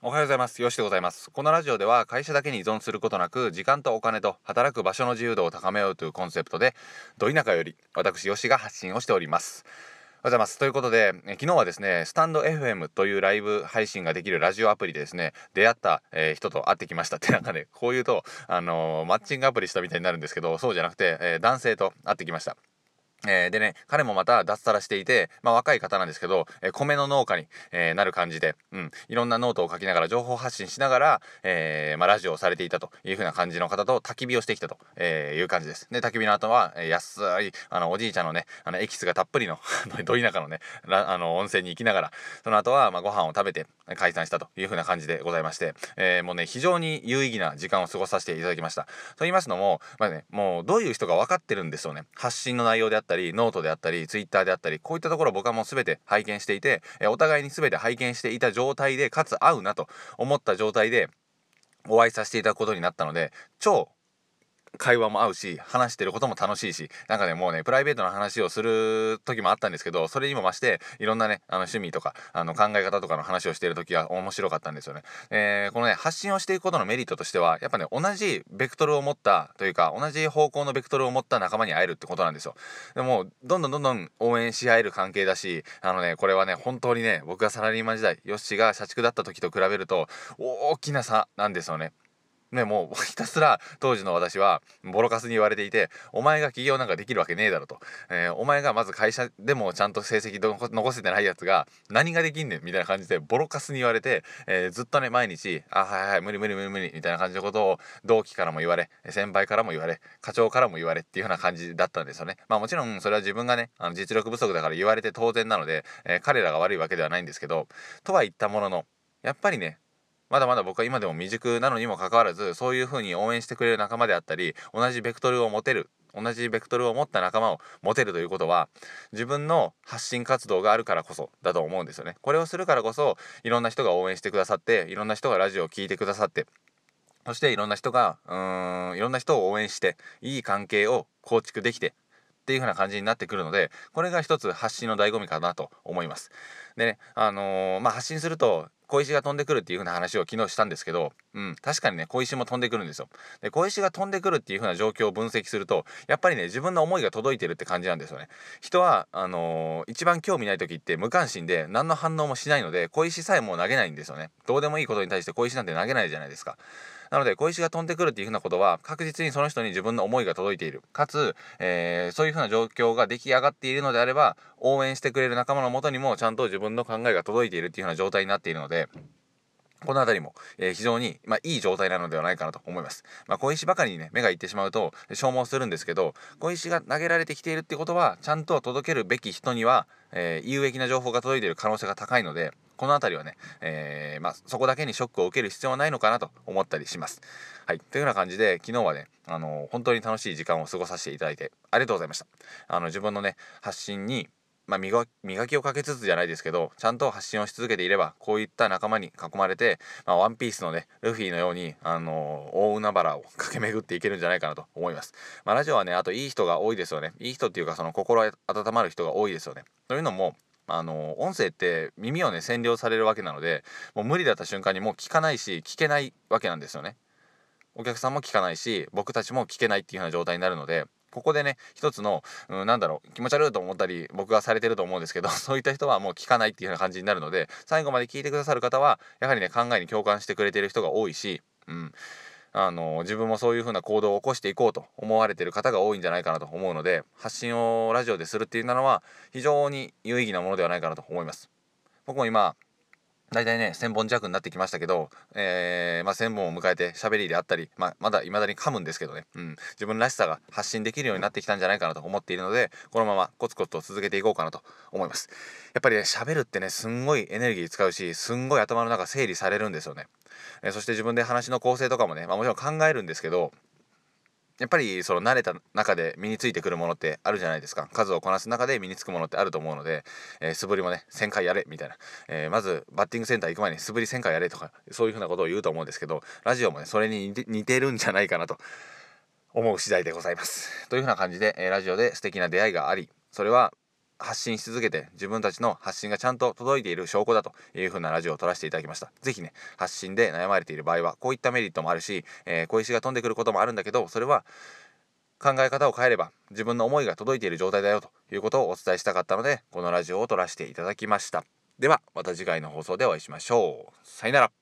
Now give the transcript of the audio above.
おはようございます。よしでございます。このラジオでは会社だけに依存することなく、時間とお金と働く場所の自由度を高めようというコンセプトで、ど田舎より私よしが発信をしております。おはようございます。ということで、昨日はですね、スタンド FM というライブ配信ができるラジオアプリでですね、出会った、人と会ってきましたって、なんかね、こういうと、マッチングアプリしたみたいになるんですけど、そうじゃなくて、男性と会ってきました。でね、彼もまた脱サラしていて、若い方なんですけど、米の農家に、なる感じで、いろんなノートを書きながら情報発信しながら、ラジオをされていたという風な感じの方と焚き火をしてきたと、いう感じです。で、焚き火の後は、安い、おじいちゃんのね、エキスがたっぷりのど田舎のね、温泉に行きながら、その後は、ご飯を食べて解散したという風な感じでございまして、もうね、非常に有意義な時間を過ごさせていただきました。と言いますのも、もうどういう人が分かってるんですよね。発信の内容であったり、ノートであったり、ツイッターであったり、こういったところを僕はもう全て拝見していて、お互いに全て拝見していた状態で、かつ合うなと思った状態でお会いさせていただくことになったので、超会話も合うし、話してることも楽しいし、なんかね、もうね、プライベートな話をする時もあったんですけど、それにも増して、いろんなね、趣味とか、考え方とかの話をしている時は面白かったんですよね。このね、発信をしていくことのメリットとしては、やっぱね、同じベクトルを持ったというか、同じ方向のベクトルを持った仲間に会えるってことなんですよ。でも、どんどん応援し合える関係だし、これはね、本当にね、僕がサラリーマン時代、ヨッシーが社畜だった時と比べると、大きな差なんですよね。ね、もうひたすら当時の私はボロカスに言われていて、お前が起業なんかできるわけねえだろと、お前がまず会社でもちゃんと成績残せてないやつが何ができんねんみたいな感じでボロカスに言われて、ずっとね毎日はいはい無理無理無理無理みたいな感じのことを同期からも言われ、先輩からも言われ、課長からも言われっていうような感じだったんですよね。もちろんそれは自分がね実力不足だから言われて当然なので、彼らが悪いわけではないんですけど、とは言ったもののやっぱりね、まだまだ僕は今でも未熟なのにもかかわらず、そういう風に応援してくれる仲間であったり、同じベクトルを持った仲間を持てるということは、自分の発信活動があるからこそだと思うんですよね。これをするからこそ、いろんな人が応援してくださって、いろんな人がラジオを聞いてくださって、そしていろんな人が、いろんな人を応援して、いい関係を構築できて、っていう風な感じになってくるので、これが一つ発信の醍醐味かなと思います。でね、発信すると小石が飛んでくるっていう風な話を昨日したんですけど、確かにね、小石も飛んでくるんですよ。で、小石が飛んでくるっていう風な状況を分析すると、やっぱりね、自分の思いが届いてるって感じなんですよね。人は、一番興味ない時って無関心で何の反応もしないので、小石さえもう投げないんですよね。どうでもいいことに対して小石なんて投げないじゃないですか。なので小石が飛んでくるっていう風なことは確実にその人に自分の思いが届いている、かつ、そういう風な状況が出来上がっているのであれば、応援してくれる仲間のもとにもちゃんと自分の考えが届いているっていう風な状態になっているので、この辺りも、非常に、いい状態なのではないかなと思います。小石ばかりにね目がいってしまうと消耗するんですけど、小石が投げられてきているってことはちゃんと届けるべき人には、有益な情報が届いている可能性が高いので、この辺りはね、そこだけにショックを受ける必要はないのかなと思ったりします。はい、というような感じで昨日はね、本当に楽しい時間を過ごさせていただいてありがとうございました。自分のね発信に磨きをかけつつじゃないですけど、ちゃんと発信をし続けていれば、こういった仲間に囲まれて、ワンピースのねルフィのように、大海原を駆け巡っていけるんじゃないかなと思います。ラジオはね、あといい人が多いですよね。いい人っていうか、その心温まる人が多いですよね。というのも、音声って耳をね占領されるわけなので、もう無理だった瞬間にもう聞かないし聞けないわけなんですよね。お客さんも聞かないし、僕たちも聞けないっていうような状態になるので、ここでね一つの、気持ち悪いと思ったり僕がされてると思うんですけどそういった人はもう聞かないっていうような感じになるので、最後まで聞いてくださる方はやはりね考えに共感してくれている人が多いし、自分もそういう風な行動を起こしていこうと思われている方が多いんじゃないかなと思うので、発信をラジオでするっていうのは非常に有意義なものではないかなと思います。僕も今だいたいね1000本弱になってきましたけど、1000本を迎えて喋りであったり、まだ未だに噛むんですけどね、自分らしさが発信できるようになってきたんじゃないかなと思っているので、このままコツコツと続けていこうかなと思います。やっぱりね喋るってねすんごいエネルギー使うし、すんごい頭の中整理されるんですよね。そして自分で話の構成とかもね、もちろん考えるんですけど、やっぱりその慣れた中で身についてくるものってあるじゃないですか。数をこなす中で身につくものってあると思うので、素振りもね1000回やれみたいな、まずバッティングセンター行く前に素振り1000回やれとか、そういうふうなことを言うと思うんですけど、ラジオもねそれに似てるんじゃないかなと思う次第でございます。というふうな感じで、ラジオで素敵な出会いがあり、それは発信し続けて自分たちの発信がちゃんと届いている証拠だという風なラジオを撮らせていただきました。ぜひね、発信で悩まれている場合はこういったメリットもあるし、小石が飛んでくることもあるんだけど、それは考え方を変えれば自分の思いが届いている状態だよということをお伝えしたかったので、このラジオを撮らせていただきました。ではまた次回の放送でお会いしましょう。さよなら。